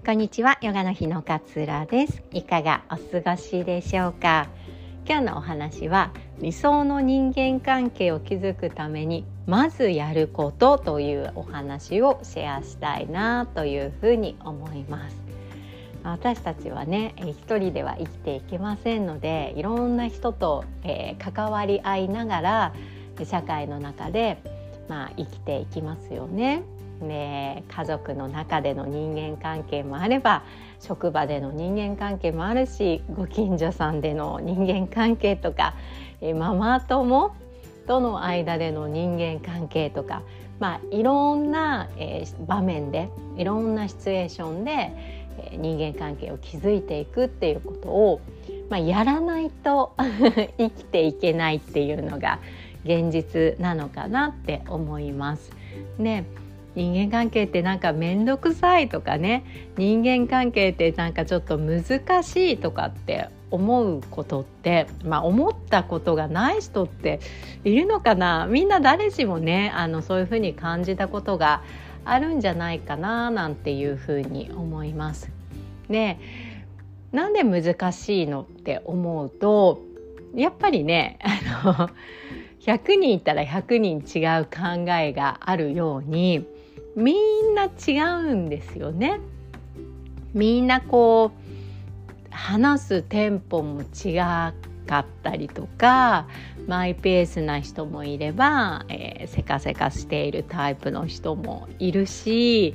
こんにちは、ヨガの日の勝浦です。いかがお過ごしでしょうか。今日のお話は理想の人間関係を築くためにまずやることというお話をシェアしたいなというふうに思います。私たちはね、一人では生きていけませんので、いろんな人と、関わり合いながら社会の中で、生きていきますよね。で、家族の中での人間関係もあれば、職場での人間関係もあるし、ご近所さんでの人間関係とか、ママ友との間での人間関係とか、いろんな、場面でいろんなシチュエーションで、人間関係を築いていくっていうことを、やらないと生きていけないっていうのが現実なのかなって思います。ね、人間関係ってなんかめんどくさいとかね、人間関係ってなんかちょっと難しいとかって思うことって、思ったことがない人っているのかな。みんな誰しもね、そういうふうに感じたことがあるんじゃないかななんていうふうに思います。で、なんで難しいのって思うと、やっぱりね、100人いたら100人違う考えがあるように、みんな違うんですよね。みんな話すテンポも違かったりとか、マイペースな人もいれば、せかせかしているタイプの人もいるし、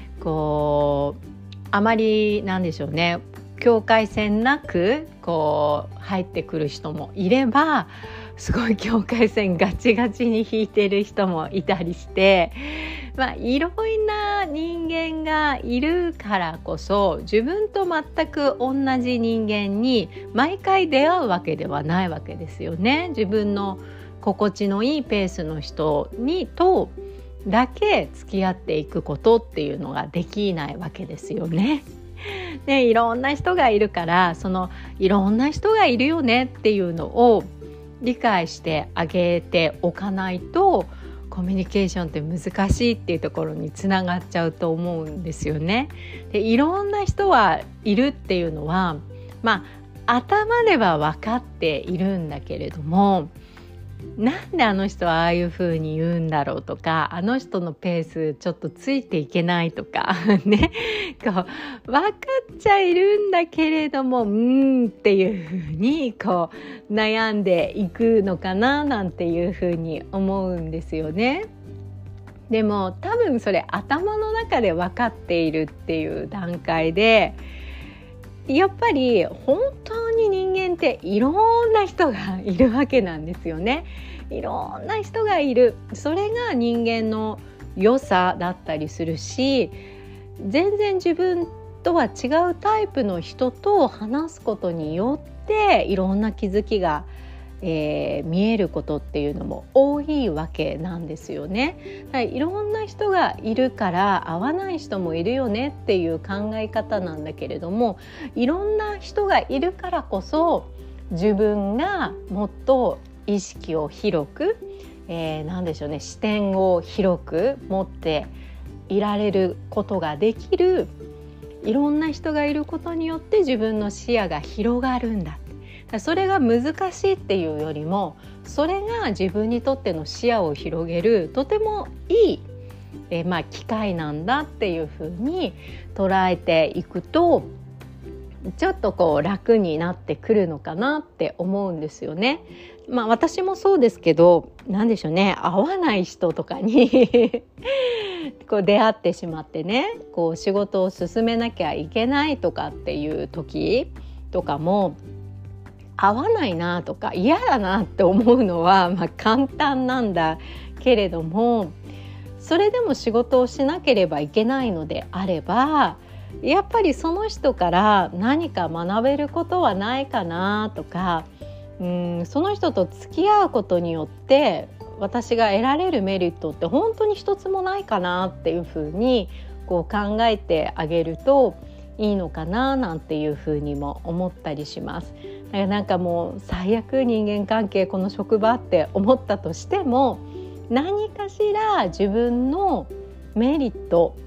あまりなんでしょうね、境界線なく入ってくる人もいれば、すごい境界線ガチガチに引いてる人もいたりして、いろんな人間がいるからこそ、自分と全く同じ人間に毎回出会うわけではないわけですよね。自分の心地のいいペースの人とだけ付き合っていくことっていうのができないわけですよね。で、いろんな人がいるから、そのいろんな人がいるよねっていうのを理解してあげておかないと、コミュニケーションって難しいっていうところにつながっちゃうと思うんですよね。で、いろんな人はいるっていうのは、頭では分かっているんだけれども、なんであの人はああいう風に言うんだろうとか、あの人のペースちょっとついていけないとかね、分かっちゃいるんだけれども、っていう風に悩んでいくのかななんていう風に思うんですよね。でも多分それ頭の中で分かっているっていう段階で、やっぱり本当に人間っていろんな人がいるわけなんですよね。いろんな人がいる。それが人間の良さだったりするし、全然自分とは違うタイプの人と話すことによっていろんな気づきが、見えることっていうのも多いわけなんですよね。いろんな人がいるから合わない人もいるよねっていう考え方なんだけれども、いろんな人がいるからこそ自分がもっと意識を広く、なんでしょうね、視点を広く持っていられることができる。いろんな人がいることによって自分の視野が広がるんだ。それが難しいっていうよりも、それが自分にとっての視野を広げるとてもいい、機会なんだっていうふうに捉えていくと、ちょっと楽になってくるのかなって思うんですよね。私もそうですけど、なんでしょうね、合わない人とかに出会ってしまってね、仕事を進めなきゃいけないとかっていう時とかも、合わないなとか嫌だなって思うのは簡単なんだけれども、それでも仕事をしなければいけないのであれば、やっぱりその人から何か学べることはないかなとか、その人と付き合うことによって私が得られるメリットって本当に一つもないかなっていうふうに考えてあげるといいのかななんていうふうにも思ったりします。なんかもう最悪人間関係この職場って思ったとしても、何かしら自分のメリット、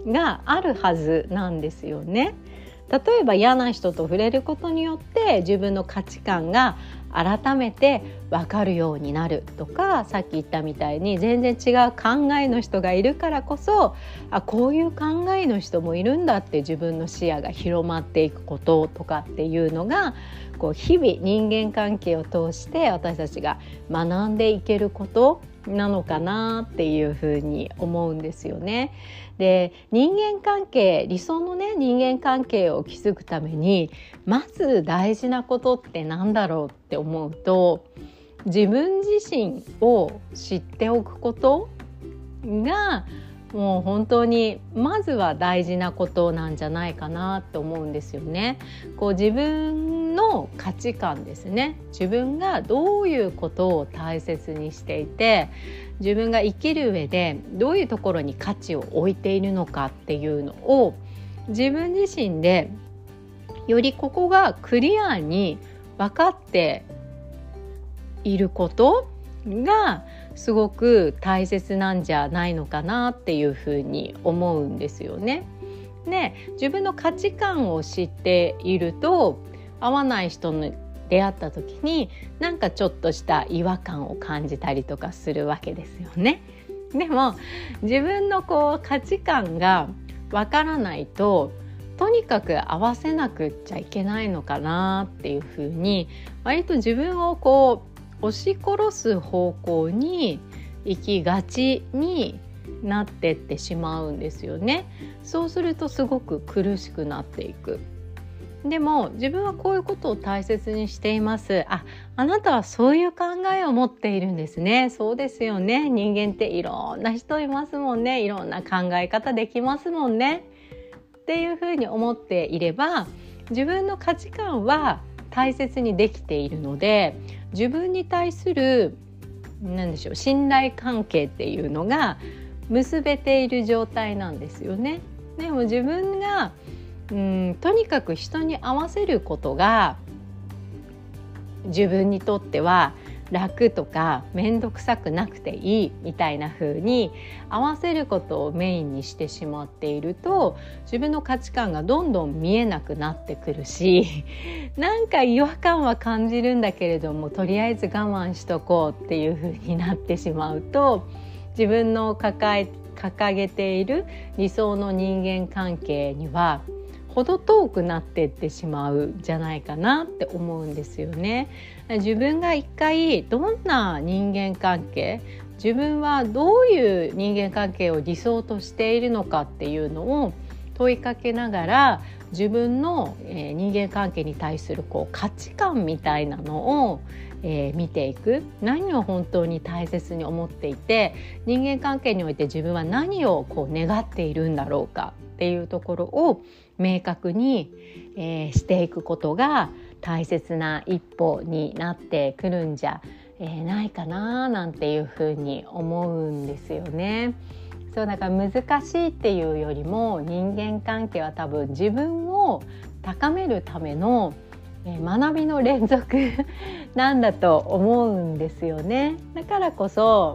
があるはずなんですよね。例えば嫌な人と触れることによって自分の価値観が改めて分かるようになるとか、さっき言ったみたいに全然違う考えの人がいるからこそ、こういう考えの人もいるんだって自分の視野が広まっていくこととかっていうのが、日々人間関係を通して私たちが学んでいけることなのかなっていうふうに思うんですよね。で、人間関係、理想のね人間関係を築くためにまず大事なことってなんだろうって思うと、自分自身を知っておくことがもう本当にまずは大事なことなんじゃないかなと思うんですよね。自分の価値観ですね。自分がどういうことを大切にしていて、自分が生きる上でどういうところに価値を置いているのかっていうのを自分自身でよりここがクリアに分かっていることがすごく大切なんじゃないのかなっていうふうに思うんですよね。で、自分の価値観を知っていると、合わない人に出会った時になんかちょっとした違和感を感じたりとかするわけですよね。でも自分の価値観がわからないと、とにかく合わせなくっちゃいけないのかなっていうふうに、割と自分を押し殺す方向に行きがちになってってしまうんですよね。そうするとすごく苦しくなっていく。でも自分はこういうことを大切にしています。あなたはそういう考えを持っているんですね。そうですよね。人間っていろんな人いますもんね。いろんな考え方できますもんね。っていうふうに思っていれば、自分の価値観は大切にできているので、自分に対する信頼関係っていうのが結べている状態なんですよね。でも自分がとにかく人に合わせることが自分にとっては楽とか面倒くさくなくていいみたいな風に合わせることをメインにしてしまっていると、自分の価値観がどんどん見えなくなってくるし、なんか違和感は感じるんだけれども、とりあえず我慢しとこうっていう風になってしまうと、自分の掲げている理想の人間関係には程遠くなっていってしまうんじゃないかなって思うんですよね。自分が一回どんな人間関係、自分はどういう人間関係を理想としているのかっていうのを問いかけながら、自分の人間関係に対する価値観みたいなのを見ていく。何を本当に大切に思っていて、人間関係において自分は何を願っているんだろうかっていうところを明確に、していくことが大切な一歩になってくるんじゃ、ないかななんていうふうに思うんですよね。そうだから難しいっていうよりも、人間関係は多分自分を高めるための学びの連続なんだと思うんですよね。だからこそ、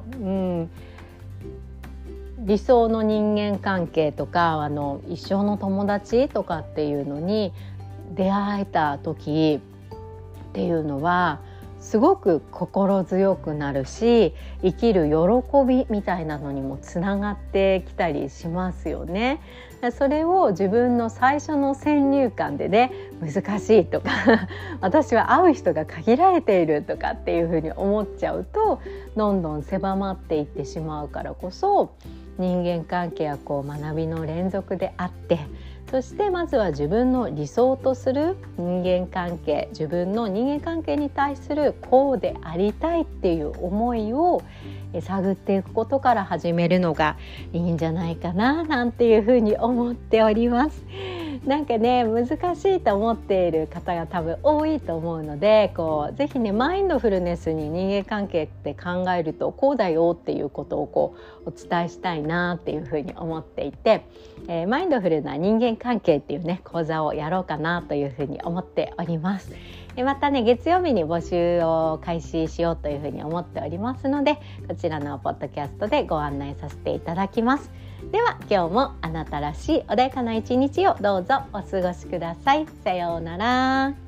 理想の人間関係とか一生の友達とかっていうのに出会えた時っていうのはすごく心強くなるし、生きる喜びみたいなのにもつながってきたりしますよね。それを自分の最初の先入観でね、難しいとか私は会う人が限られているとかっていうふうに思っちゃうと、どんどん狭まっていってしまうからこそ、人間関係は学びの連続であって、そしてまずは自分の理想とする人間関係、自分の人間関係に対するこうでありたいっていう思いを探っていくことから始めるのがいいんじゃないかななんていうふうに思っております。なんかね、難しいと思っている方が多分多いと思うので、ぜひね、マインドフルネスに人間関係って考えるとこうだよっていうことをお伝えしたいなっていうふうに思っていて、マインドフルな人間関係っていうね講座をやろうかなというふうに思っております。 またね月曜日に募集を開始しようというふうに思っておりますので、こちらのポッドキャストでご案内させていただきます。では今日もあなたらしい穏やかな一日をどうぞお過ごしください。さようなら。